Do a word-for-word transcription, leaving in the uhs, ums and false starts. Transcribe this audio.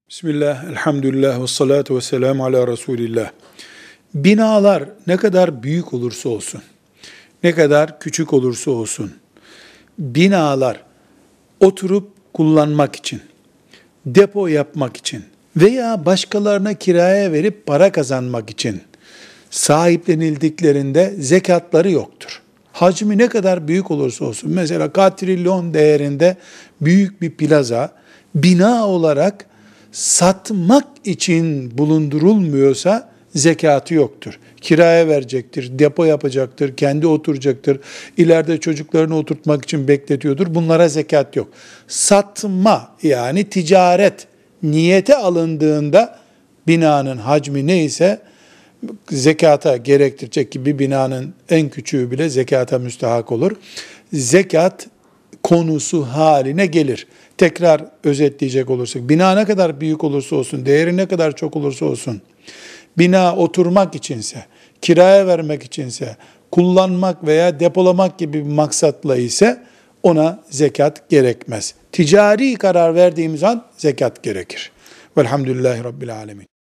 Bismillah, elhamdülillah ve salatu ve selamu ala Resulillah. Binalar ne kadar büyük olursa olsun, ne kadar küçük olursa olsun, binalar oturup kullanmak için, depo yapmak için veya başkalarına kiraya verip para kazanmak için sahiplenildiklerinde zekatları yoktur. Hacmi ne kadar büyük olursa olsun, mesela katrilyon değerinde büyük bir plaza, bina olarak satmak için bulundurulmuyorsa zekatı yoktur. Kiraya verecektir, depo yapacaktır, kendi oturacaktır, ileride çocuklarını oturtmak için bekletiyordur. Bunlara zekat yok. Satma, yani ticaret niyete alındığında binanın hacmi neyse zekata gerektirecek, ki bir binanın en küçüğü bile zekata müstahak olur. Zekat konusu haline gelir. Tekrar özetleyecek olursak, bina ne kadar büyük olursa olsun, değeri ne kadar çok olursa olsun, bina oturmak içinse, kiraya vermek içinse, kullanmak veya depolamak gibi bir maksatla ise ona zekat gerekmez. Ticari karar verdiğimiz an zekat gerekir. Velhamdülillahi Rabbil Alemin.